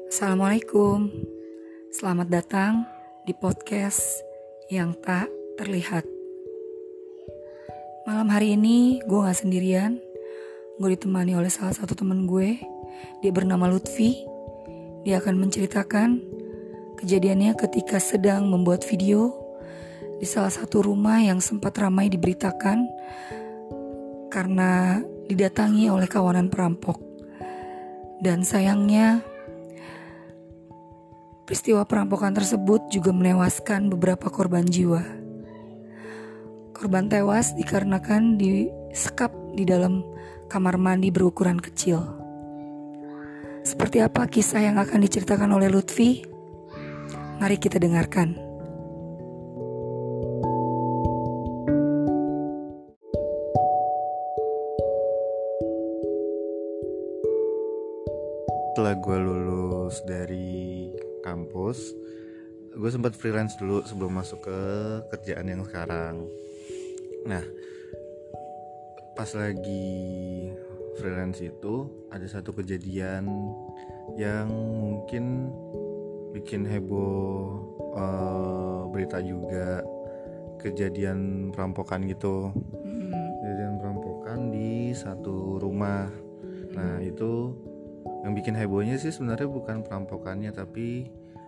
Assalamualaikum, selamat datang di podcast yang tak terlihat. Malam hari ini gue gak sendirian, gue ditemani oleh salah satu temen gue. Dia bernama Lutfi. Dia akan menceritakan kejadiannya ketika sedang membuat video di salah satu rumah yang sempat ramai diberitakan karena didatangi oleh kawanan perampok. Dan sayangnya peristiwa perampokan tersebut juga menewaskan beberapa korban jiwa. Korban tewas dikarenakan disekap di dalam kamar mandi berukuran kecil. Seperti apa kisah yang akan diceritakan oleh Lutfi? Mari kita dengarkan. Setelah gue lulus dari kampus, gue sempat freelance dulu sebelum masuk ke kerjaan yang sekarang. Nah, pas lagi freelance itu ada satu kejadian yang mungkin bikin heboh berita juga. Kejadian perampokan gitu. Kejadian perampokan di satu rumah. Nah, itu yang bikin hebohnya sih sebenarnya bukan perampokannya, tapi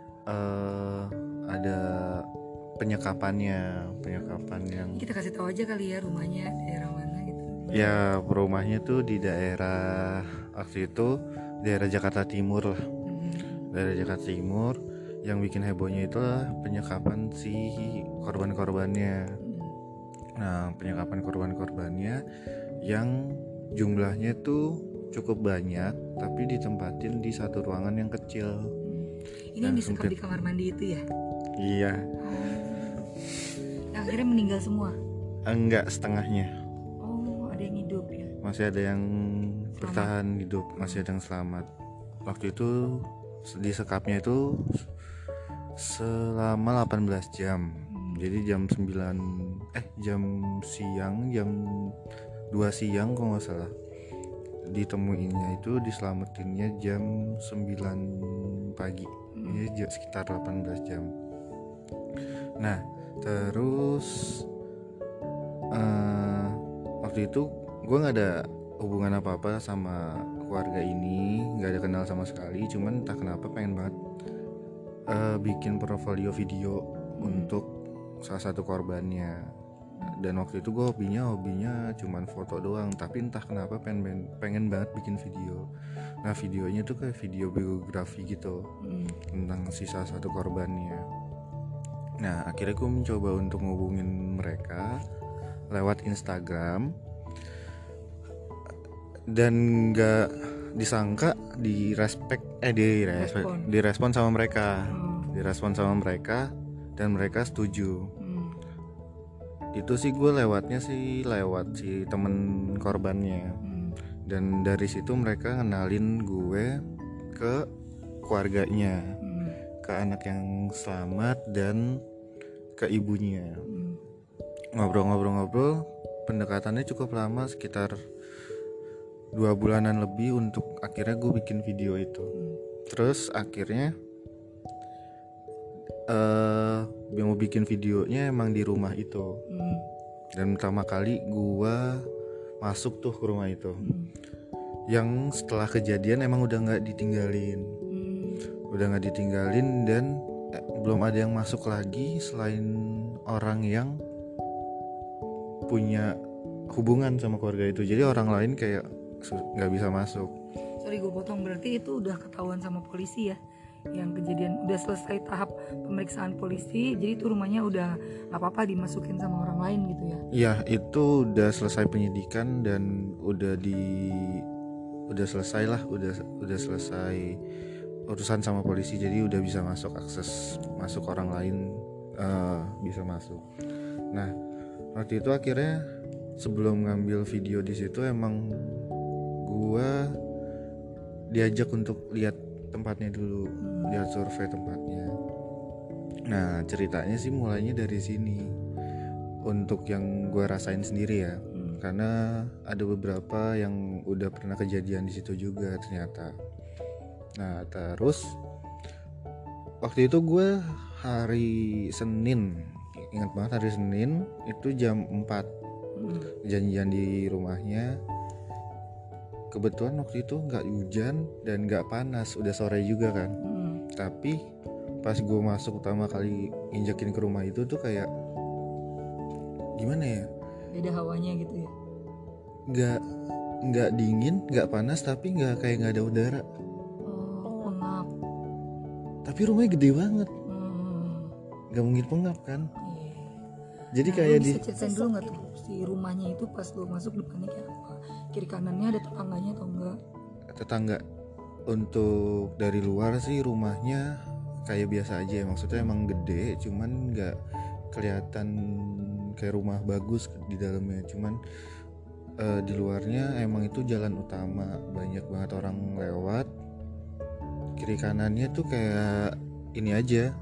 ada penyekapan yang Kita kasih tahu aja kali ya rumahnya daerah mana gitu. ya, rumahnya tuh di daerah waktu itu daerah Jakarta Timur lah. Daerah Jakarta Timur. Yang bikin hebohnya itulah penyekapan si korban-korbannya. Nah, penyekapan korban-korbannya yang jumlahnya tuh cukup banyak, tapi ditempatin di satu ruangan yang kecil. Ini yang disekap di kamar mandi itu ya? Iya. Akhirnya meninggal semua? Enggak, setengahnya. Oh, ada yang hidup ya? Masih ada yang bertahan hidup, masih ada yang selamat. Waktu itu disekapnya itu selama 18 jam. Jadi jam 2 siang kalau nggak salah. Ditemuinnya itu diselamatinnya jam 9 pagi. Ini sekitar 18 jam. Nah, terus waktu itu gue nggak ada hubungan apa-apa sama keluarga ini, nggak ada kenal sama sekali. Cuman entah kenapa pengen banget bikin portofolio video untuk salah satu korbannya. Dan waktu itu gue hobinya cuman foto doang, tapi entah kenapa pengen banget bikin video. Nah, videonya tuh kayak video biografi gitu tentang si salah satu korbannya. Nah, akhirnya gue mencoba untuk ngubungin mereka lewat Instagram, dan gak disangka direspon sama mereka. Direspon sama mereka dan mereka setuju. Itu sih gue lewat si temen korbannya. Dan dari situ mereka ngenalin gue ke keluarganya, ke anak yang selamat dan ke ibunya. Ngobrol-ngobrol, pendekatannya cukup lama, sekitar 2 bulanan lebih untuk akhirnya gue bikin video itu. Terus akhirnya yang mau bikin videonya emang di rumah itu. Dan pertama kali gue masuk tuh ke rumah itu, yang setelah kejadian emang udah nggak ditinggalin dan belum ada yang masuk lagi selain orang yang punya hubungan sama keluarga itu. Jadi orang lain kayak nggak bisa masuk. Sorry gue potong, berarti itu udah ketahuan sama polisi ya? Yang kejadian udah selesai tahap pemeriksaan polisi, jadi itu rumahnya udah gak apa-apa dimasukin sama orang lain gitu ya? Iya, itu udah selesai penyidikan dan udah selesai urusan sama polisi, jadi udah bisa akses masuk orang lain bisa masuk. Nah, waktu itu akhirnya sebelum ngambil video di situ emang gua diajak untuk lihat tempatnya dulu, lihat survei tempatnya. Nah, ceritanya sih mulainya dari sini. Untuk yang gue rasain sendiri ya, karena ada beberapa yang udah pernah kejadian di situ juga ternyata. Nah, terus waktu itu gue hari Senin, ingat banget hari Senin itu jam 4 janjian di rumahnya. Kebetulan waktu itu nggak hujan dan nggak panas, udah sore juga kan. Tapi pas gue masuk pertama kali injekin ke rumah itu tuh kayak gimana ya, Beda hawanya gitu ya. nggak dingin, nggak panas, tapi nggak kayak nggak ada udara. Pengap. Tapi rumahnya gede banget, nggak mungkin pengap kan. Jadi Nah, kayak lu di bisa ceritain dulu nggak tuh si rumahnya itu pas lu masuk depannya kayak apa? Kiri kanannya ada tetangganya atau enggak? tetangga. Untuk dari luar sih rumahnya kayak biasa aja, maksudnya emang gede, cuman nggak kelihatan kayak rumah bagus di dalamnya. Cuman di luarnya emang itu jalan utama, banyak banget orang lewat. Kiri kanannya tuh kayak ini aja,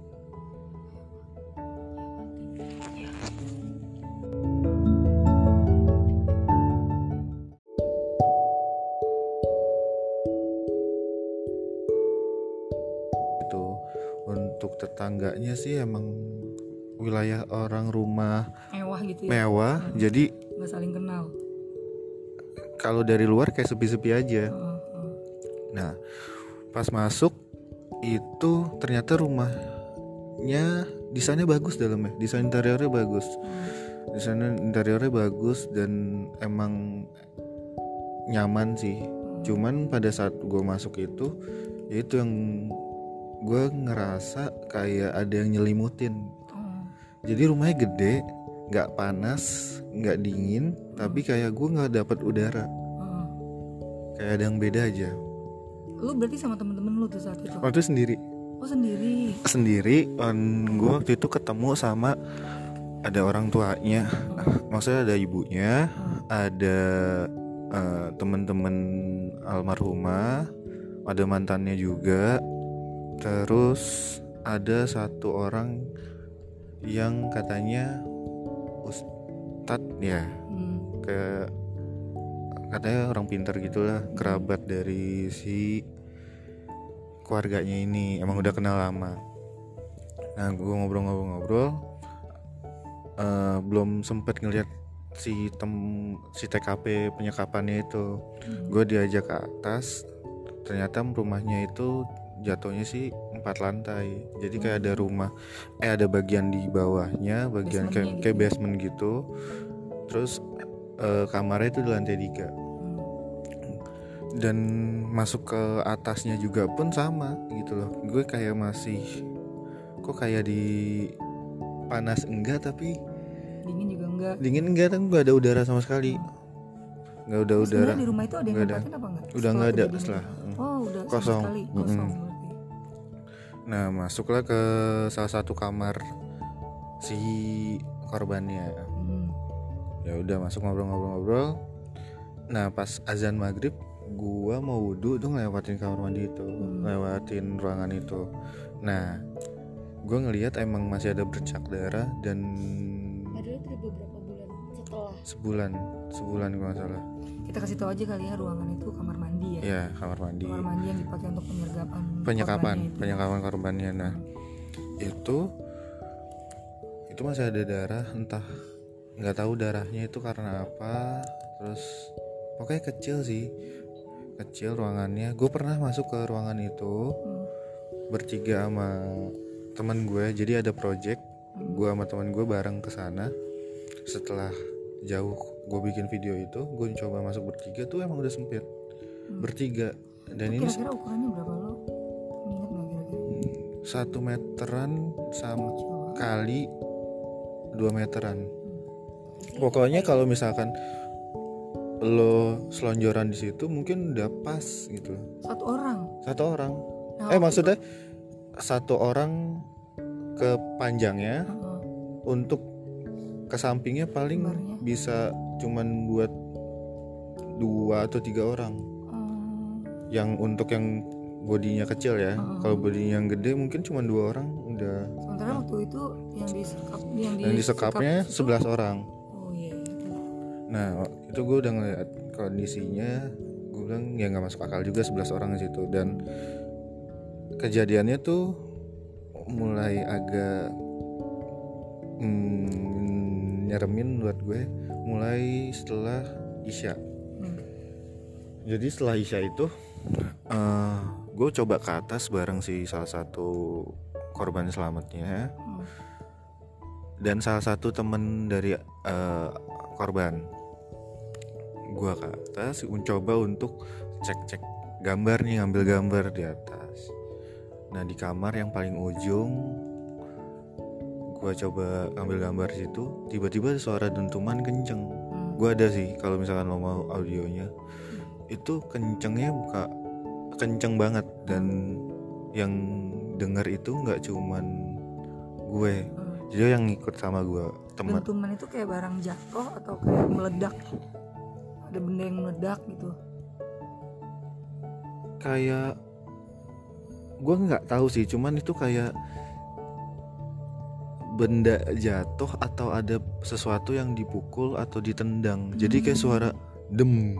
itu. Untuk tetangganya sih emang wilayah orang rumah Mewah gitu ya. mewah, jadi Nggak saling kenal. kalau dari luar kayak sepi-sepi aja. Nah, pas masuk itu ternyata rumahnya desainnya bagus, dalamnya desain interiornya bagus. Desain interiornya bagus dan emang nyaman sih. Cuman pada saat gue masuk itu, ya itu yang gue ngerasa kayak ada yang nyelimutin. Jadi rumahnya gede, nggak panas, nggak dingin, tapi kayak gue nggak dapat udara. Kayak ada yang beda aja. Lu berarti sama temen-temen lu tuh saat itu? Waktu itu sendiri. Oh sendiri. Sendiri. Gue waktu itu ketemu sama ada orang tuanya, maksudnya ada ibunya, ada teman-teman almarhumah, ada mantannya juga, terus ada satu orang yang katanya ustadz ya, kayak katanya orang pintar gitulah, kerabat dari si keluarganya ini, emang udah kenal lama. Nah gue ngobrol-ngobrol, belum sempet ngeliat si TKP penyekapannya itu. Gue diajak ke atas, ternyata rumahnya itu jatuhnya sih 4 lantai. Jadi kayak ada rumah, ada bagian di bawahnya, bagian kayak basement gitu. Terus kamarnya itu di lantai 3. Dan masuk ke atasnya juga pun sama gitu loh. Gue kayak masih kok kayak di panas enggak, tapi dingin enggak kan, nggak ada udara sama sekali, nggak ada udara. Di rumah itu ada yang nempatin apa enggak? Udah nggak ada setelah. Udah kosong. Kosong. Nah masuklah ke salah satu kamar si korbannya. Ya udah masuk ngobrol-ngobrol. Nah pas azan maghrib gua mau wudhu tuh ngelewatin kamar mandi itu, ngelewatin ruangan itu. Nah gua ngelihat emang masih ada bercak darah dan beberapa bulan setelah sebulan kalau nggak salah. Kita kasih tahu aja kali ya, ruangan itu kamar mandi ya. Iya, kamar mandi. Kamar mandi yang dipakai untuk penyekapan korbannya. Nah, itu masih ada darah, entah nggak tahu darahnya itu karena apa. Terus pokoknya kecil ruangannya. Gue pernah masuk ke ruangan itu bertiga sama teman gue. Jadi ada project, gue sama teman gue bareng ke sana. Setelah jauh gue bikin video itu, gue coba masuk bertiga tuh emang udah sempit bertiga. Dan itu ini kira-kira ukurannya berapa, lo ingat nggak kira-kira? 1 meteran sama kali 2 meteran. Pokoknya kalau misalkan lo selonjoran di situ mungkin udah pas gitu. Satu orang. Maksudnya satu orang ke panjangnya, untuk ke sampingnya paling bisa cuman buat 2 atau 3 orang. Yang untuk yang bodinya kecil ya. Kalau bodinya yang gede mungkin cuma 2 orang udah. Sementara waktu itu yang disekapnya 11 orang. Oh iya. Nah itu gue udah ngeliat kondisinya, gue bilang ya nggak masuk akal juga 11 orang di situ. Dan kejadiannya tuh mulai agak nyeremin buat gue mulai setelah Isya. Jadi setelah Isya itu gue coba ke atas bareng si salah satu korban selamatnya dan salah satu temen dari korban. Gue ke atas mencoba untuk cek gambar nih, ngambil gambar di atas. Nah di kamar yang paling ujung gue coba ngambil gambar situ, tiba-tiba suara dentuman kenceng. Gue ada sih kalau misalkan lo mau audionya, itu kenceng banget, dan yang denger itu nggak cuman gue, jadi yang ngikut sama gue teman. Dentuman itu kayak barang jatuh atau kayak meledak? Ada benda yang meledak gitu? Kayak gue nggak tahu sih, cuman itu kayak benda jatuh atau ada sesuatu yang dipukul atau ditendang. Jadi kayak suara dem.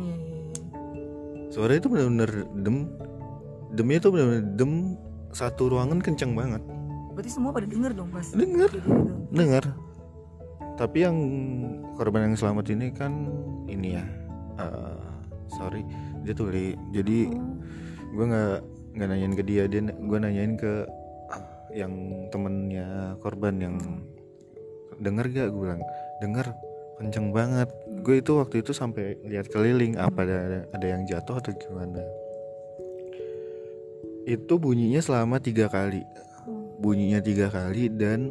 Suara itu benar-benar demnya itu benar-benar dem, satu ruangan kencang banget. Berarti semua pada denger dong pas? Dengar. Tapi yang korban yang selamat ini kan ini ya, sorry dia tuli. Jadi gue nggak nanyain ke dia, gue nanyain ke yang temennya korban yang denger gak, gue bilang denger, kenceng banget. Gue itu waktu itu sampai lihat keliling apa ada yang jatuh atau gimana. Itu bunyinya selama 3 kali. Bunyinya 3 kali dan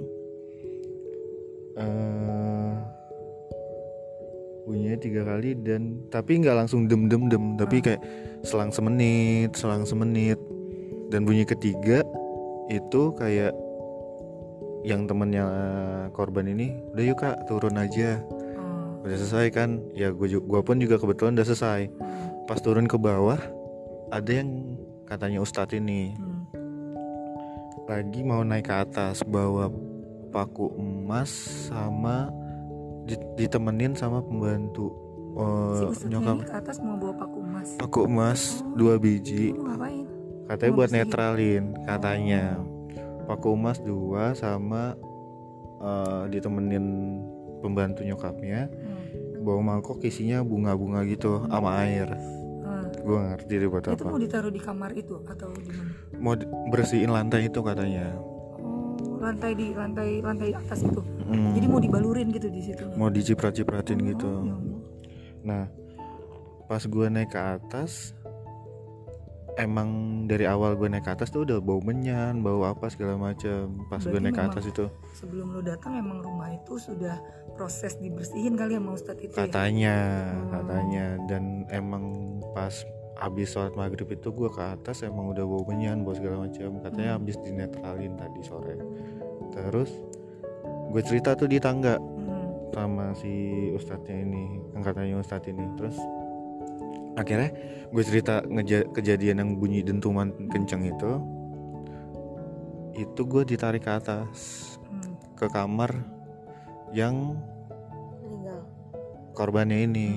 bunyinya 3 kali dan tapi nggak langsung dem, tapi kayak selang semenit. Dan bunyi ketiga itu kayak yang temennya korban ini, udah yuk kak turun aja, udah selesai kan ya. Gue pun juga kebetulan udah selesai. Pas turun ke bawah ada yang katanya ustadz ini lagi mau naik ke atas bawa paku emas sama ditemenin sama pembantu. Si nyokap ke atas mau bawa paku emas 2 biji. Ngapain? Katanya buat netralin, katanya paku emas 2 sama ditemenin pembantu nyokapnya bawa mangkok isinya bunga-bunga gitu sama air. Gue gak ngerti deh buat apa. Itu mau ditaruh di kamar itu atau gimana? Mau bersihin lantai itu katanya. Lantai atas itu. Jadi mau dibalurin gitu di situ. Mau diciprat-cipratin gitu. Ya. Nah, pas gue naik ke atas, emang dari awal gue naik ke atas tuh udah bau menyan, bau apa segala macam. Pas gue naik ke atas itu. Sebelum lo datang emang rumah itu sudah proses dibersihin kali sama ustadz itu. Katanya. Dan emang pas abis sholat maghrib itu gue ke atas emang udah bau menyan, bau segala macam. Katanya abis dinetralin tadi sore. Terus gue cerita tuh di tangga sama si ustadznya ini, yang katanya ustadz ini. Terus akhirnya gue cerita kejadian yang bunyi dentuman kenceng itu gue ditarik ke atas ke kamar yang korbannya ini.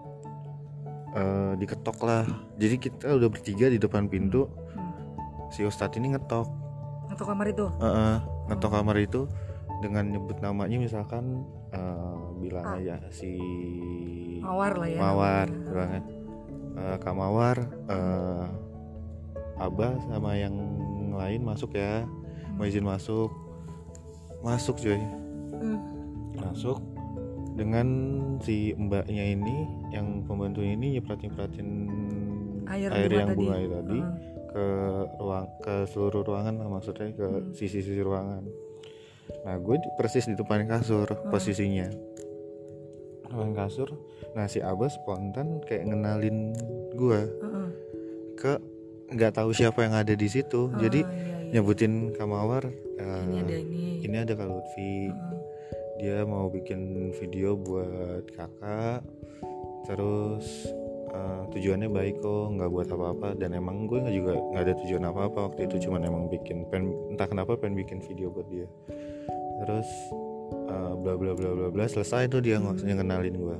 Diketok lah. Jadi kita udah bertiga di depan pintu. Si ustadz ini ngetok kamar itu. Ngetok kamar itu dengan nyebut namanya, misalkan bilang aja si Mawar lah ya. Mawar bilangnya. Kak Mawar, Abah sama yang lain masuk ya. Mau izin masuk cuy. Masuk dengan si mbaknya ini, yang pembantu ini nyepratin air yang bunga tadi ke seluruh ruangan, maksudnya ke sisi-sisi ruangan. Nah gue persis di depan kasur posisinya, depan kasur. Nah si Abah spontan kayak ngenalin gue ke nggak tahu siapa yang ada di situ. Jadi nyebutin Kak Mawar, ini ada Kak Lutfi, dia mau bikin video buat kakak, terus tujuannya baik kok, nggak buat apa-apa. Dan emang gue juga nggak ada tujuan apa-apa waktu itu, cuman emang entah kenapa pengen bikin video buat dia. Terus bla bla bla bla bla, selesai tuh dia ngenalin gue.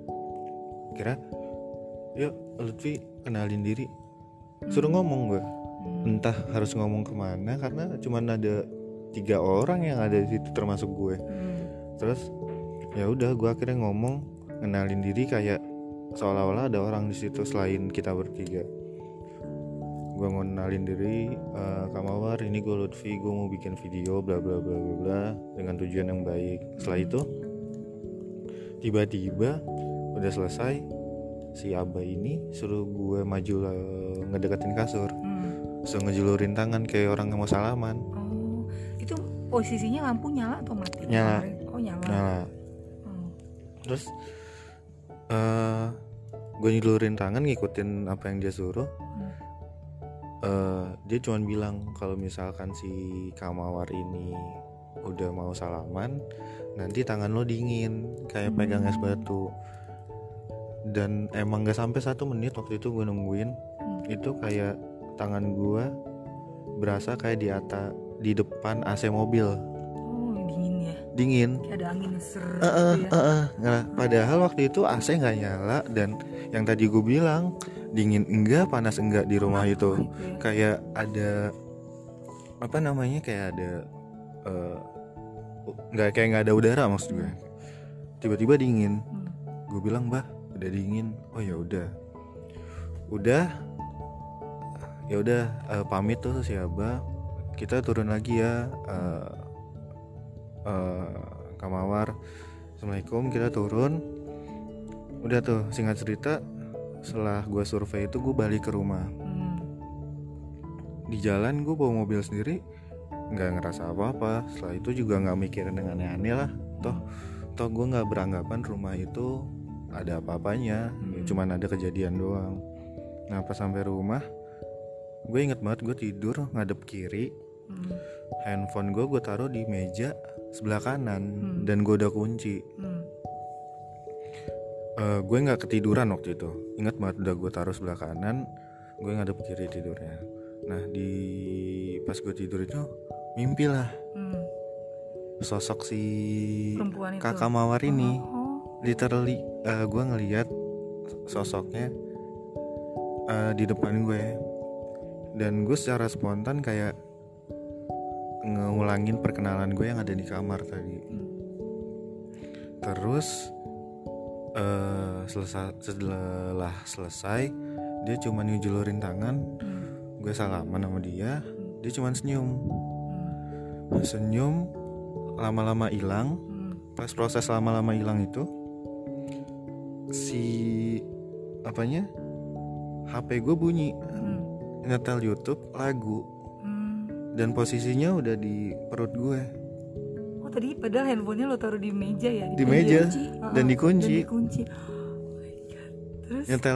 Kira yuk Lutfi kenalin diri, suruh ngomong gue. entah harus ngomong kemana karena cuman ada 3 orang yang ada di situ termasuk gue. Terus ya udah gue akhirnya ngomong, ngenalin diri kayak seolah-olah ada orang di situ selain kita bertiga. Gue ngenalin diri, Kak Mawar, ini gue Lutfi, gue mau bikin video bla bla bla bla bla dengan tujuan yang baik. Setelah itu tiba-tiba udah selesai, si Abah ini suruh gue maju ngedeketin kasur, suruh ngejulurin tangan kayak orang mau salaman. Oh, itu posisinya lampu nyala atau mati? Nyala. Oh nyala. Terus gue njulurin tangan ngikutin apa yang dia suruh. Dia cuma bilang kalau misalkan si Kak Mawar ini udah mau salaman, nanti tangan lo dingin kayak pegang es batu. Dan emang gak sampai 1 menit waktu itu gue nungguin, itu kayak tangan gue berasa kayak di depan AC mobil. Oh dingin ya? Dingin. Kayak ada angin ser gitu ya? Nah, padahal waktu itu AC nggak nyala dan yang tadi gue bilang dingin enggak, panas enggak di rumah itu. Kayak ada apa namanya, kayak ada nggak ada udara maksud gue. Tiba-tiba dingin. Gue bilang, "Bah, udah dingin." Oh ya udah pamit tuh si Abah, kita turun lagi ya, Kak Mawar, Assalamualaikum. Kita turun. Udah tuh, singkat cerita, setelah gue survei itu gue balik ke rumah. Di jalan gue bawa mobil sendiri, nggak ngerasa apa-apa. Setelah itu juga nggak mikirin yang aneh-aneh lah. Toh gue nggak beranggapan rumah itu ada apa-apanya, cuman ada kejadian doang. Nah pas sampai rumah, gue inget banget gue tidur ngadep kiri, handphone gue taruh di meja sebelah kanan, dan gue udah kunci. Gue nggak ketiduran waktu itu, inget banget udah gue taruh sebelah kanan, gue ngadep kiri tidurnya. Nah pas gue tidur itu mimpi lah, sosok si Kakak Mawar ini. Literally gue ngelihat sosoknya di depan gue, dan gue secara spontan kayak ngulangin perkenalan gue yang ada di kamar tadi. Terus setelah selesai, dia cuma ngejulurin tangan, gue salaman sama dia cuma senyum, lama-lama hilang. Pas proses lama-lama hilang itu, si HP gue bunyi, nyetel YouTube lagu, dan posisinya udah di perut gue. Oh tadi padahal handphonenya lo taruh di meja ya? Di meja dan dikunci. Oh my God. Terus nyetel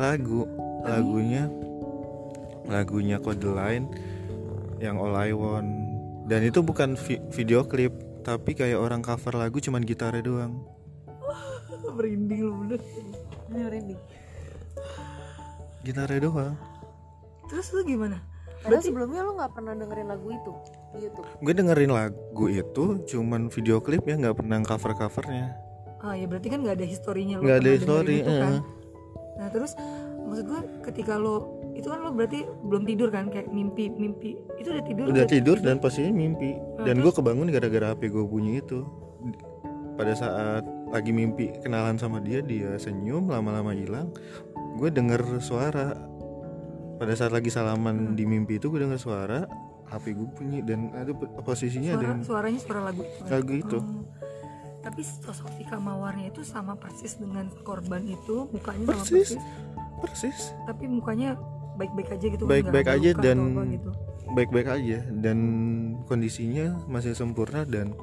lagunya Codeline yang All I Want, dan itu bukan video klip, tapi kayak orang cover lagu cuman gitarnya doang. Merinding lo bener. Ini merinding. Gitarnya doang. Terus lu gimana? Padahal sebelumnya lo gak pernah dengerin lagu itu di YouTube? Gue dengerin lagu itu cuman video klip ya, gak pernah cover-covernya. Ah ya berarti kan gak ada historinya lo. Gak ada history itu, kan? Nah terus maksud gue ketika lo itu kan lo berarti belum tidur kan, kayak mimpi itu udah tidur dan pastinya mimpi. Dan gue kebangun gara-gara HP gue bunyi itu. Pada saat lagi mimpi kenalan sama dia senyum, lama-lama hilang. Gue denger suara. Pada saat lagi salaman di mimpi itu gue denger suara, HP gue bunyi, dan ada posisinya suaranya suara lagu itu. Tapi sosok si Kak Mawarnya itu sama persis dengan korban itu, mukanya sama persis. Tapi mukanya baik-baik aja gitu. Baik-baik aja dan gitu. Baik-baik aja dan kondisinya masih sempurna dan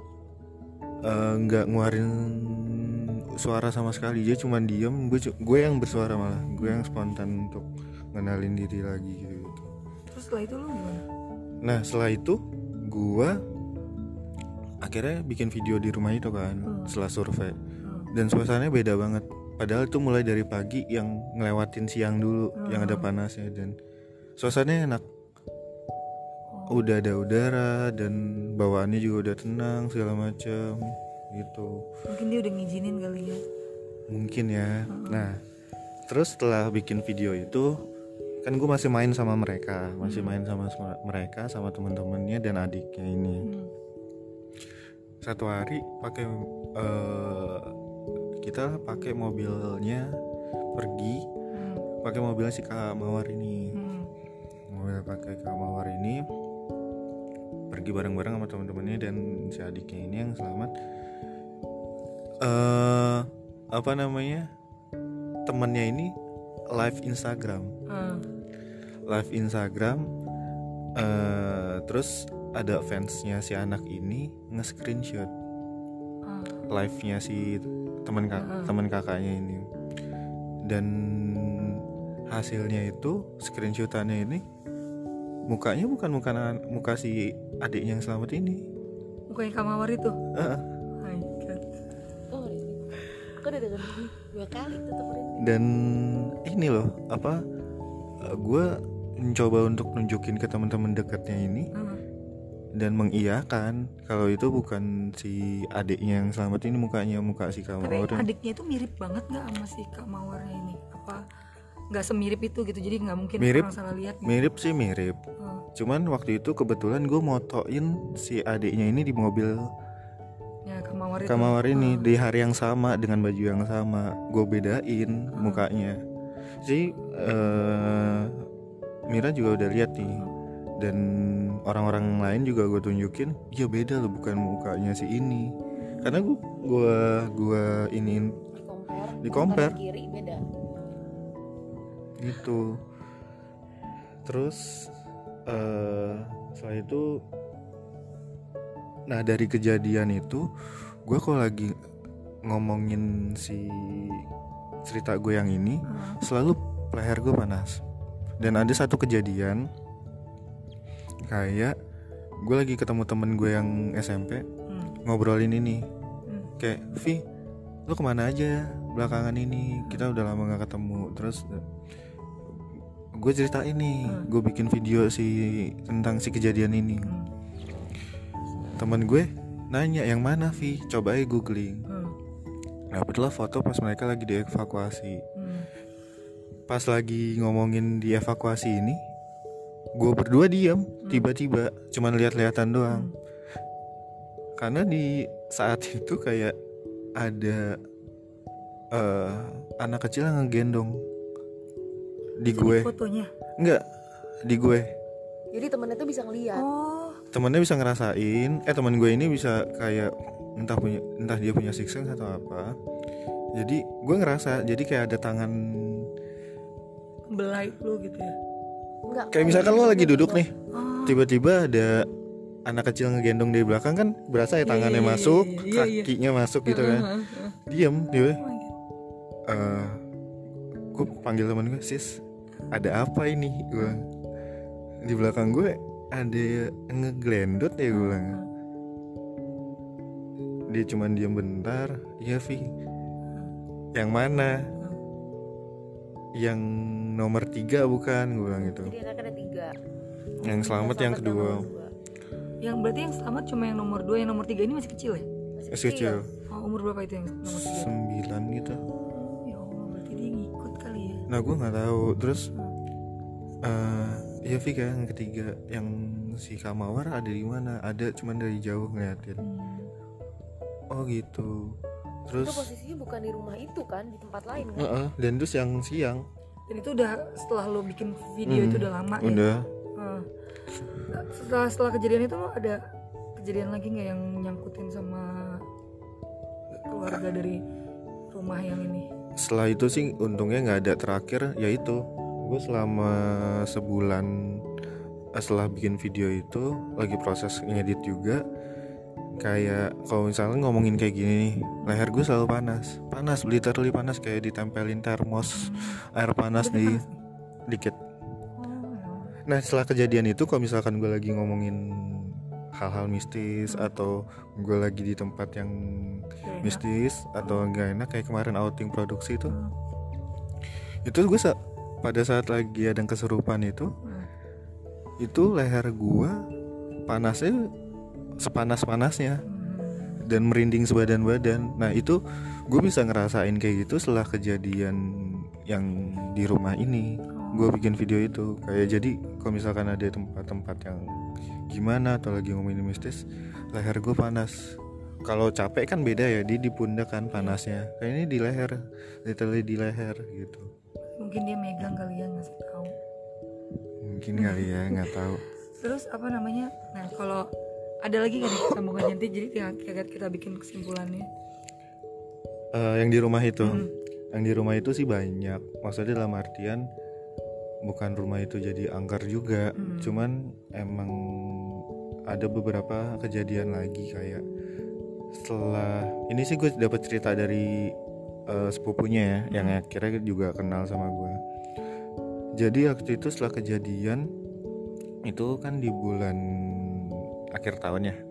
nggak ngeluarin suara sama sekali. Dia cuma diem, gue yang bersuara, malah gue yang spontan untuk ngenalin diri lagi gitu. Terus setelah itu lu gimana? Nah setelah itu gue akhirnya bikin video di rumah itu kan, setelah survei. Dan suasananya beda banget. Padahal itu mulai dari pagi yang ngelewatin siang dulu, yang ada panasnya, dan suasananya enak. Udah ada udara dan bawaannya juga udah tenang segala macam gitu. Mungkin dia udah ngizinin kali ya. Mungkin ya. Nah, terus setelah bikin video itu kan gue masih main sama mereka, sama teman-temannya dan adiknya ini. Satu hari kita pakai mobilnya pergi, pakai mobilnya si Kak Mawar ini. Pakai Kak Mawar ini pergi bareng-bareng sama teman-temannya dan si adiknya ini yang selamat. Temannya ini live Instagram. Terus ada fansnya si anak ini nge-screenshot live-nya si teman kakaknya ini, dan hasilnya itu screenshotannya ini mukanya bukan muka si adiknya yang selamat ini, Mukanya Kak Mawar itu. Oh, aku udah denger 2 kali tetep merinding. Dan ini loh gue mencoba untuk nunjukin ke teman-teman dekatnya ini dan mengiyakan kalau itu bukan si adiknya yang selamat ini, muka si Kak Mawar. Tapi adiknya itu mirip banget nggak sama si Kak Mawarnya ini? Apa nggak semirip itu gitu? Jadi nggak mungkin Mirip. orang salah lihat. Mirip sih mirip. Cuman waktu itu kebetulan gue motoin si adiknya ini di mobil Ya Kak Mawar itu. Kak Mawar ini di hari yang sama dengan baju yang sama. Gue bedain mukanya. Si Mira juga udah lihat nih, dan orang-orang lain juga gue tunjukin, iya beda loh, bukan mukanya si ini. Karena gue iniin di compare kiri beda gitu. Terus setelah itu, nah dari kejadian itu gue kalau lagi ngomongin si cerita gue yang ini selalu leher gue panas. Dan ada satu kejadian kayak gue lagi ketemu temen gue yang SMP, ngobrolin ini, kayak Vi, lu kemana aja belakangan ini, kita udah lama gak ketemu. Terus gue cerita ini, gue bikin video tentang si kejadian ini. Temen gue nanya, yang mana Vi, coba aja googling. Dapatlah foto pas mereka lagi dievakuasi. Pas lagi ngomongin di evakuasi ini, gue berdua diam, tiba-tiba cuman lihat-lihatan doang. Karena di saat itu kayak ada anak kecil yang ngegendong di gue. Fotonya? Enggak, di gue. jadi temennya tuh bisa ngeliat. Temennya bisa ngerasain, temen gue ini bisa kayak entah dia punya sixth sense atau apa. Jadi gue ngerasa, jadi kayak ada tangan Belai lu gitu ya? Enggak, kayak misalkan lo lagi duduk gitu. nih, tiba-tiba ada anak kecil ngegendong dari belakang, kan berasa ya tangannya masuk, kakinya masuk gitu kan. Diem dia. Gue panggil teman gue, sis, ada apa ini? Gue di belakang gue ada ngeglendot ya, gue bilang. Dia cuman diem bentar. Iya Vi, yang mana? Yang nomor 3 bukan, gue bilang gitu. Jadi anaknya ada 3. Yang selamat yang kedua. Yang berarti yang selamat cuma yang nomor 2, yang nomor 3 ini masih kecil ya? Masih kecil. Umur berapa itu yang nomor 3? 9 gitu. Ya Allah, berarti dia ngikut kali ya. Nah gue nggak tahu. Terus ya Vi, kayak yang ketiga, yang si Kak Mawar ada di mana? Ada, cuman dari jauh ngeliatin. Oh gitu. Terus itu posisinya bukan di rumah itu kan, di tempat lain kan. dan terus yang siang. Dan itu udah setelah lo bikin video itu udah lama udah. Ya? Setelah kejadian itu lo ada kejadian lagi nggak yang nyangkutin sama keluarga dari rumah yang ini? Setelah itu sih untungnya nggak ada. Terakhir yaitu gue selama sebulan setelah bikin video itu lagi proses ngedit juga. Kayak kalau misalnya ngomongin kayak gini nih, leher gue selalu panas, literally panas, kayak ditempelin termos air panas di dikit. Nah setelah kejadian itu, kalau misalkan gue lagi ngomongin hal-hal mistis atau gue lagi di tempat yang mistis atau gak enak, kayak kemarin outing produksi itu gue pada saat lagi ada kesurupan itu leher gue panasnya sepanas-panasnya dan merinding sebadan-badan. Nah itu gue bisa ngerasain kayak gitu setelah kejadian yang di rumah ini. gue bikin video itu. Kayak jadi kalau misalkan ada tempat-tempat yang gimana atau lagi ngomongin mistis, leher gue panas. Kalau capek kan beda ya, di pundak kan panasnya. Kayak ini di leher, literally di leher gitu. Mungkin dia megang kali ya, ngasih tahu. Mungkin kali ya, nggak tahu. Terus apa namanya? Nah, kalau ada lagi kan sambungan nanti, jadi kita bikin kesimpulannya. Yang di rumah itu, yang di rumah itu sih banyak. Maksudnya dalam artian bukan rumah itu jadi angker juga, cuman emang ada beberapa kejadian lagi kayak setelah ini sih gue dapat cerita dari sepupunya ya, yang akhirnya juga kenal sama gue. Jadi waktu itu setelah kejadian itu kan di bulan akhir tahun ya.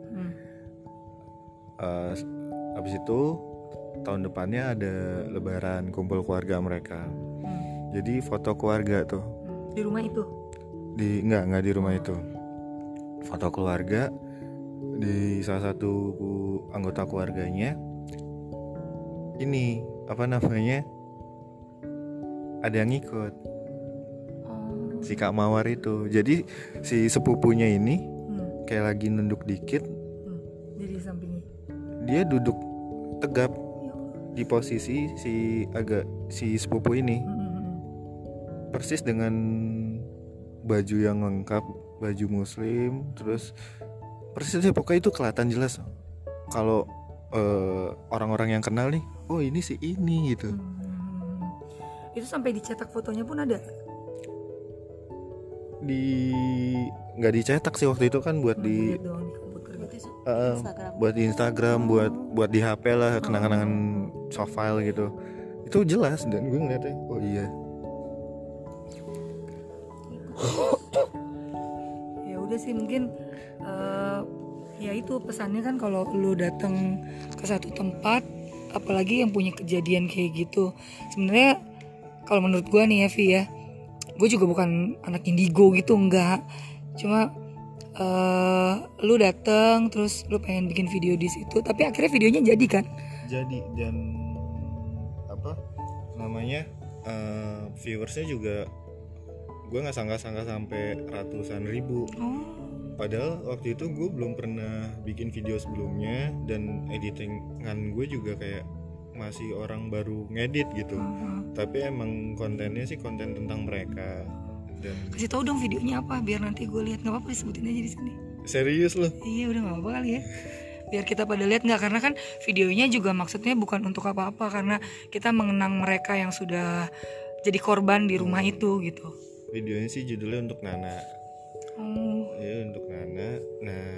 Habis itu tahun depannya ada lebaran kumpul keluarga mereka. Jadi foto keluarga tuh. Di rumah itu? Enggak di rumah itu. Foto keluarga di salah satu anggota keluarganya. Ini apa namanya? Ada yang ikut. Si Kak Mawar itu. Jadi si sepupunya ini kayak lagi nunduk dikit. Jadi sampingnya. Dia duduk tegap di posisi si sepupu ini. Persis dengan baju yang lengkap, baju muslim, terus persis deh, pokoknya itu kelihatan jelas kalau orang-orang yang kenal nih, oh ini sih ini gitu. Itu sampai dicetak fotonya pun ada? Nggak dicetak sih waktu itu kan, buat di Instagram. buat di Instagram, buat di HP lah, kenang-kenangan soft file gitu. Itu jelas dan gue ngeliatnya, oh iya. Ya udah sih, mungkin ya itu pesannya kan, kalau lu datang ke satu tempat apalagi yang punya kejadian kayak gitu, sebenarnya kalau menurut gue nih ya Vi ya, gue juga bukan anak indigo gitu, enggak, cuma lu datang terus lu pengen bikin video di situ, tapi akhirnya videonya jadi kan? Jadi, dan apa namanya, viewersnya juga gue nggak sangka-sangka sampai ratusan ribu. Padahal waktu itu gue belum pernah bikin video sebelumnya, dan editingan gue juga kayak masih orang baru ngedit gitu. Tapi emang kontennya sih konten tentang mereka. Dan kasih tahu dong videonya apa biar nanti gue lihat. Nggak apa-apa disebutin aja di sini. Serius loh? Iya udah, nggak apa-apa kali ya, biar kita pada lihat. Nggak, karena kan videonya juga maksudnya bukan untuk apa-apa, karena kita mengenang mereka yang sudah jadi korban di rumah itu gitu. Videonya sih judulnya Untuk Nana. Ya, Untuk Nana. Nah,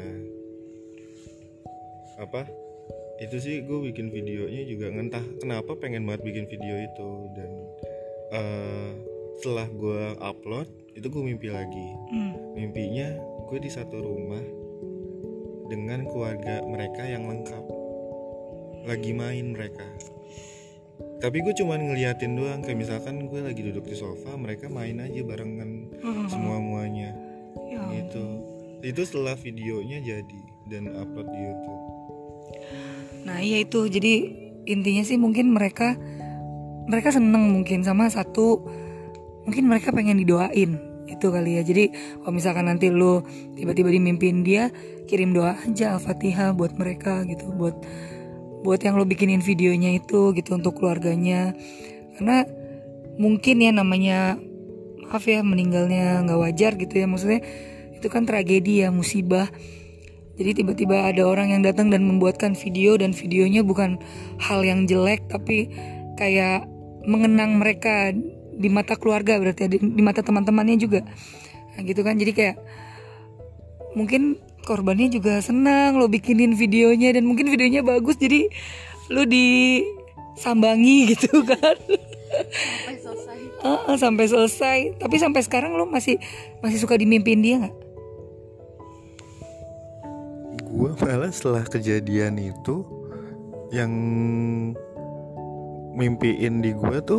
apa itu sih, gue bikin videonya juga entah kenapa pengen banget bikin video itu. Dan setelah gue upload itu gue mimpi lagi. Mimpinya gue di satu rumah dengan keluarga mereka yang lengkap, lagi main mereka. Tapi gue cuman ngeliatin doang, kayak misalkan gue lagi duduk di sofa, mereka main aja barengan semua-muanya gitu. Itu setelah videonya jadi dan upload di YouTube. Nah iya itu, jadi intinya sih mungkin mereka seneng mungkin sama satu, mungkin mereka pengen didoain itu kali ya. Jadi kalau misalkan nanti lu tiba-tiba dimimpiin dia, kirim doa aja Al-Fatihah buat mereka gitu, buat yang lu bikinin videonya itu gitu, untuk keluarganya. Karena mungkin ya namanya, maaf ya, meninggalnya nggak wajar gitu ya, maksudnya itu kan tragedi ya, musibah. Jadi tiba-tiba ada orang yang datang dan membuatkan video, dan videonya bukan hal yang jelek, tapi kayak mengenang mereka di mata keluarga, berarti di mata teman-temannya juga. Nah gitu kan, jadi kayak mungkin korbannya juga senang lo bikinin videonya, dan mungkin videonya bagus, jadi lo disambangi gitu kan. Sampai selesai. Sampai selesai. Tapi sampai sekarang lo masih suka dimimpiin dia nggak? Gue malah setelah kejadian itu, yang mimpiin di gue tuh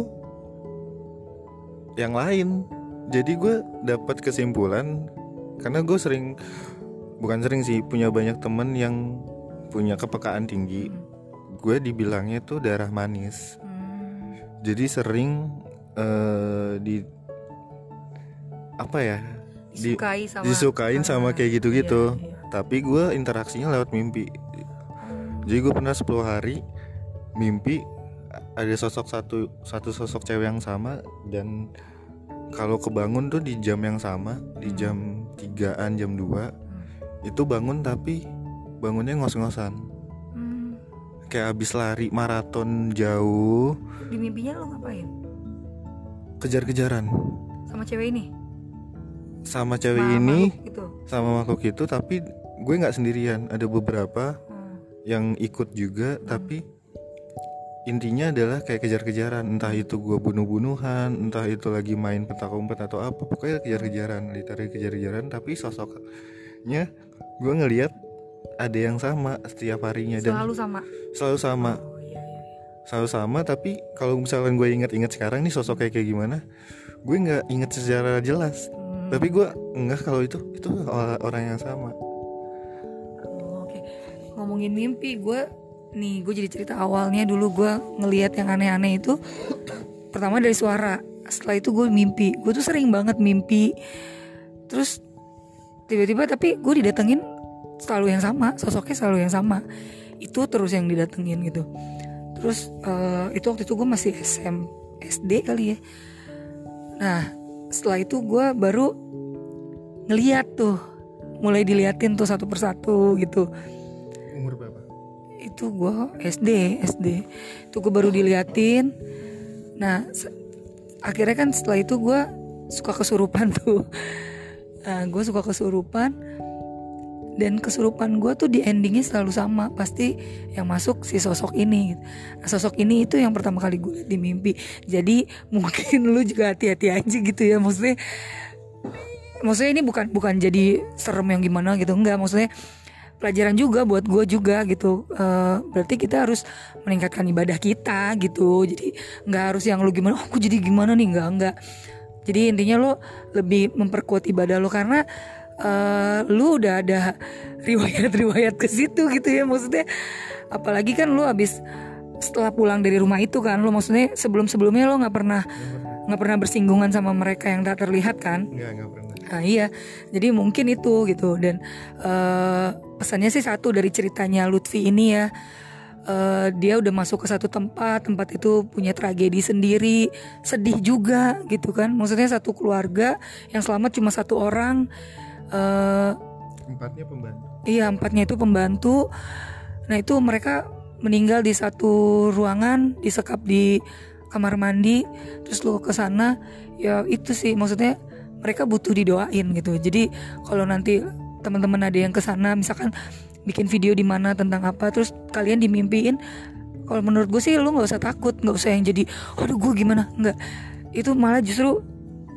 yang lain. Jadi gue dapat kesimpulan, karena gue bukan sering sih, punya banyak temen yang punya kepekaan tinggi. Gue dibilangnya tuh darah manis. Jadi sering apa ya, disukain sama kayak gitu-gitu. iya. Tapi gue interaksinya lewat mimpi. Jadi gue pernah 10 hari mimpi ada satu sosok cewek yang sama, dan kalau kebangun tuh di jam yang sama, di jam 3-an, jam 2 itu bangun, tapi bangunnya ngos-ngosan. Kayak abis lari maraton jauh. Di mimpinya lo ngapain? Kejar-kejaran Sama cewek ini? sama cewek ini, sama makhluk itu, tapi gue nggak sendirian, ada beberapa yang ikut juga. Tapi intinya adalah kayak kejar-kejaran, entah itu gue bunuh-bunuhan, entah itu lagi main petak umpet atau apa, pokoknya kejar-kejaran, literally kejar-kejaran. Tapi sosoknya gue ngelihat ada yang sama setiap harinya, dan Selalu sama. Oh, iya. selalu sama. Tapi kalau misalkan gue ingat sekarang nih sosok kayak gimana, gue nggak inget secara jelas. Tapi gue enggak kalau itu orang yang sama. Oke. Ngomongin mimpi, gue jadi cerita awalnya. Dulu gue ngelihat yang aneh-aneh itu pertama dari suara. Setelah itu gue mimpi. Gue tuh sering banget mimpi. Terus tiba-tiba tapi gue didatengin selalu yang sama, sosoknya selalu yang sama. Itu terus yang didatengin gitu. Terus itu waktu itu gue masih SD kali ya. Nah setelah itu gue baru ngeliat tuh, mulai diliatin tuh satu persatu gitu. Umur berapa? Itu gue SD. Itu gue baru diliatin. Nah akhirnya kan setelah itu gue suka kesurupan tuh. Gue suka kesurupan. Dan kesurupan gue tuh di endingnya selalu sama. Pasti yang masuk si sosok ini. Nah, sosok ini itu yang pertama kali gue liat di mimpi. Jadi mungkin lu juga hati-hati aja gitu ya. Maksudnya ini bukan jadi serem yang gimana gitu. Enggak, maksudnya pelajaran juga buat gue juga gitu. Berarti kita harus meningkatkan ibadah kita gitu. Jadi gak harus yang lu gimana, aku jadi gimana nih. Enggak. Jadi intinya lu lebih memperkuat ibadah lu, karena lu udah ada riwayat ke situ gitu ya. Maksudnya apalagi kan lu habis setelah pulang dari rumah itu kan, lu maksudnya sebelumnya lu nggak pernah bersinggungan sama mereka yang tak terlihat kan? Nggak pernah. Nah iya, jadi mungkin itu gitu. Dan pesannya sih satu dari ceritanya Lutfi ini ya, dia udah masuk ke satu tempat itu punya tragedi sendiri, sedih juga gitu kan. Maksudnya satu keluarga yang selamat cuma satu orang. 4-nya pembantu. Iya, 4-nya itu pembantu. Nah itu mereka meninggal di satu ruangan, disekap di kamar mandi. Terus lu kesana, ya itu sih maksudnya mereka butuh didoain gitu. Jadi kalau nanti teman-teman ada yang kesana, misalkan bikin video di mana tentang apa, terus kalian dimimpiin, kalau menurut gue sih lu nggak usah takut, nggak usah yang jadi, aduh gue gimana, nggak. Itu malah justru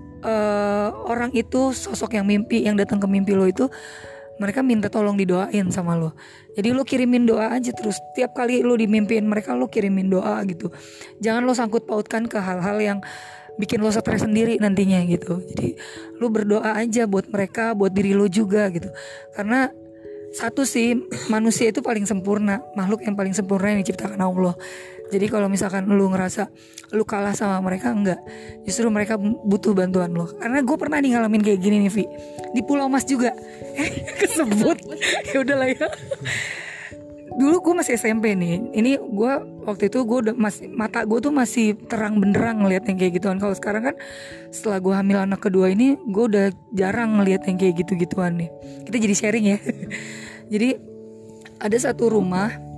orang itu, sosok yang datang ke mimpi lo itu, mereka minta tolong didoain sama lo. Jadi lo kirimin doa aja terus. Tiap kali lo dimimpiin mereka, lo kirimin doa gitu. Jangan lo sangkut pautkan ke hal-hal yang bikin lo stres sendiri nantinya gitu. Jadi lo berdoa aja buat mereka, buat diri lo juga gitu. Karena satu sih, manusia itu paling sempurna, makhluk yang paling sempurna yang diciptakan Allah. Jadi kalau misalkan lu ngerasa lu kalah sama mereka, enggak, justru mereka butuh bantuan lo. Karena gue pernah ngalamin kayak gini nih Vi, di Pulau Mas juga. Kesebut. Ya udahlah ya. Dulu gue masih SMP nih. Ini gue waktu itu gue udah mata gue tuh masih terang benderang ngeliat yang kayak gituan. Kalau sekarang kan setelah gue hamil anak kedua ini, gue udah jarang ngeliat yang kayak gitu-gituan nih. Kita jadi sharing ya. Jadi ada satu rumah.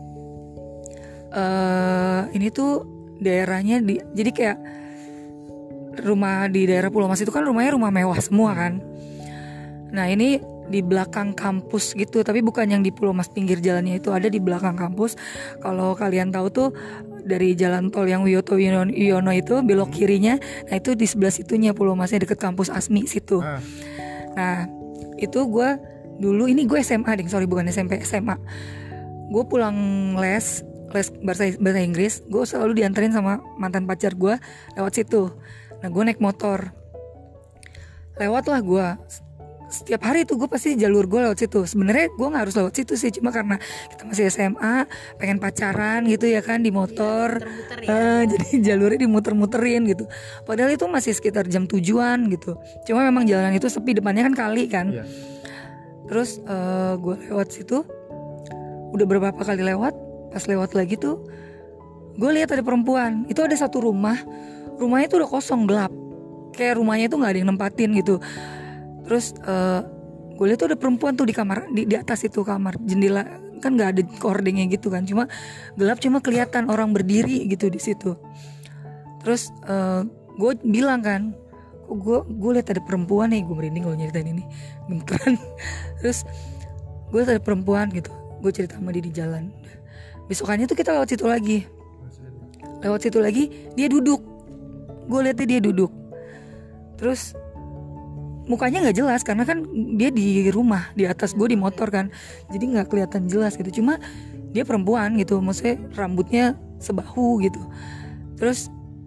Ini tuh daerahnya jadi kayak rumah di daerah Pulau Mas itu kan rumahnya rumah mewah semua kan. Nah ini di belakang kampus gitu, tapi bukan yang di Pulau Mas pinggir jalannya itu, ada di belakang kampus. Kalau kalian tahu tuh dari jalan tol yang Wiyoto Wiono itu belok kirinya, nah itu di sebelah situnya Pulau Masnya, deket kampus Asmi situ. Nah itu gue dulu, ini gue SMA bukan SMP, SMA. Gue pulang les bahasa Inggris, gue selalu dianterin sama mantan pacar gue lewat situ. Nah gue naik motor, lewatlah gue setiap hari tuh gue pasti jalur gue lewat situ. Sebenarnya gue nggak harus lewat situ sih, cuma karena kita masih SMA, pengen pacaran gitu ya kan di motor, jadi jalurnya dimuter-muterin gitu. Padahal itu masih sekitar jam tujuan gitu. Cuma memang jalan itu sepi, depannya kan kali kan. Iya. Terus gue lewat situ, udah beberapa kali lewat. Pas lewat lagi tuh, gue lihat ada perempuan. Itu ada satu rumahnya tuh udah kosong, gelap. Kayak rumahnya tuh nggak ada yang nempatin gitu. Terus gue lihat tuh ada perempuan tuh di kamar, di atas itu kamar jendela kan nggak ada kordengnya gitu kan, cuma gelap, cuma kelihatan orang berdiri gitu di situ. Terus gue bilang kan, gue lihat ada perempuan nih, gue merinding kalau nyeritain ini beneran. Terus gue lihat ada perempuan gitu, gue cerita sama dia di jalan. Besokannya tuh kita lewat situ lagi, dia duduk. Gue lihatnya dia duduk. Terus mukanya nggak jelas karena kan dia di rumah, di atas, gue di motor kan, jadi nggak kelihatan jelas gitu. Cuma dia perempuan gitu, maksudnya rambutnya sebahu gitu. Terus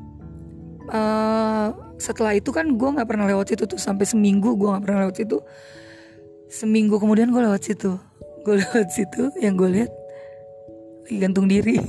setelah itu kan gue nggak pernah lewat situ tuh sampai seminggu, gue nggak pernah lewat situ. Seminggu kemudian gue lewat situ, yang gue lihat lagi gantung diri.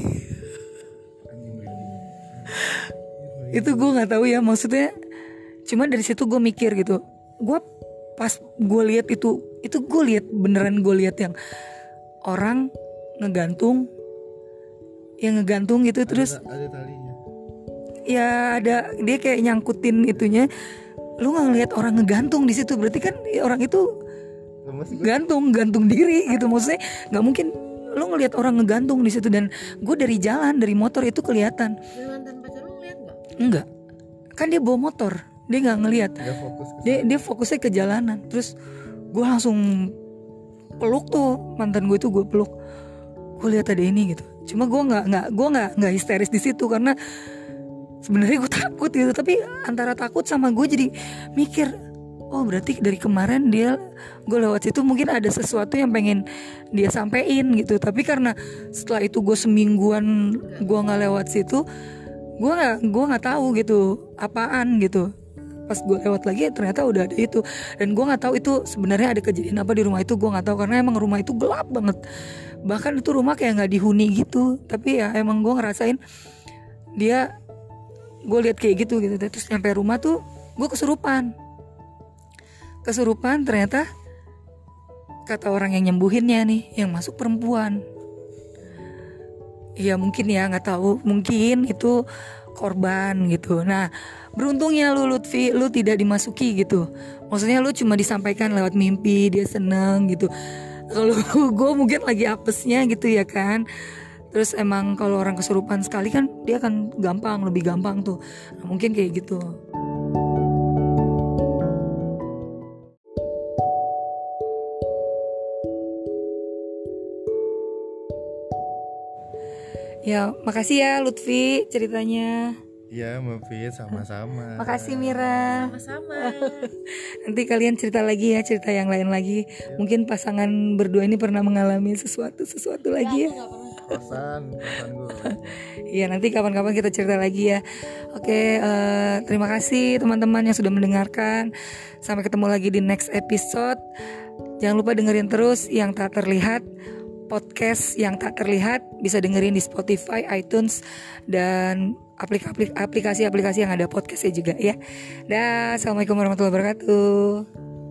Itu gue nggak tahu ya, maksudnya. Cuma dari situ gue mikir gitu. Gue pas gue lihat itu gue lihat beneran, gue lihat yang orang ngegantung gitu. Terus ada talinya. Ya ada, dia kayak nyangkutin itunya. Lu nggak ngelihat orang ngegantung di situ, berarti kan orang itu gantung diri gitu. Maksudnya nggak mungkin lu ngelihat orang ngegantung di situ. Dan gue dari jalan, dari motor itu kelihatan. Dan mantan pacar lu ngeliat nggak? Enggak, kan dia bawa motor, dia nggak ngelihat. Dia fokusnya ke jalanan. Terus gue langsung peluk tuh mantan gue itu, gue peluk. Gue lihat ada ini gitu. Cuma gue nggak histeris di situ karena sebenarnya gue takut gitu. Tapi antara takut sama gue jadi mikir, oh berarti dari kemarin gue lewat situ mungkin ada sesuatu yang pengen dia sampein gitu. Tapi karena setelah itu gue semingguan gue nggak lewat situ, gue nggak tahu gitu apaan gitu. Pas gue lewat lagi ternyata udah ada itu. Dan gue nggak tahu itu sebenarnya ada kejadian apa di rumah itu, gue nggak tahu karena emang rumah itu gelap banget. Bahkan itu rumah kayak nggak dihuni gitu. Tapi ya emang gue ngerasain gue lihat kayak gitu. Terus nyampe rumah tuh gue kesurupan ternyata kata orang yang nyembuhinnya nih, yang masuk perempuan. Ya mungkin ya, nggak tahu, mungkin itu korban gitu. Nah beruntungnya lu Lutfi, lu tidak dimasuki gitu. Maksudnya lu cuma disampaikan lewat mimpi, dia seneng gitu. Kalau gue mungkin lagi apesnya gitu ya kan. Terus emang kalau orang kesurupan sekali kan dia akan lebih gampang tuh. Nah, mungkin kayak gitu. Ya, makasih ya Lutfi ceritanya. Iya Mbak Fit, sama-sama. Makasih Mira. Sama-sama. Nanti kalian cerita lagi ya, cerita yang lain lagi. Mungkin pasangan berdua ini pernah mengalami sesuatu lagi ya. Kosan gue. Iya, nanti kapan-kapan kita cerita lagi ya. Oke, terima kasih teman-teman yang sudah mendengarkan. Sampai ketemu lagi di next episode. Jangan lupa dengerin terus Yang Tak Terlihat. Podcast Yang Tak Terlihat bisa dengerin di Spotify, iTunes, dan aplikasi-aplikasi yang ada podcastnya juga ya. Dah, assalamualaikum warahmatullahi wabarakatuh.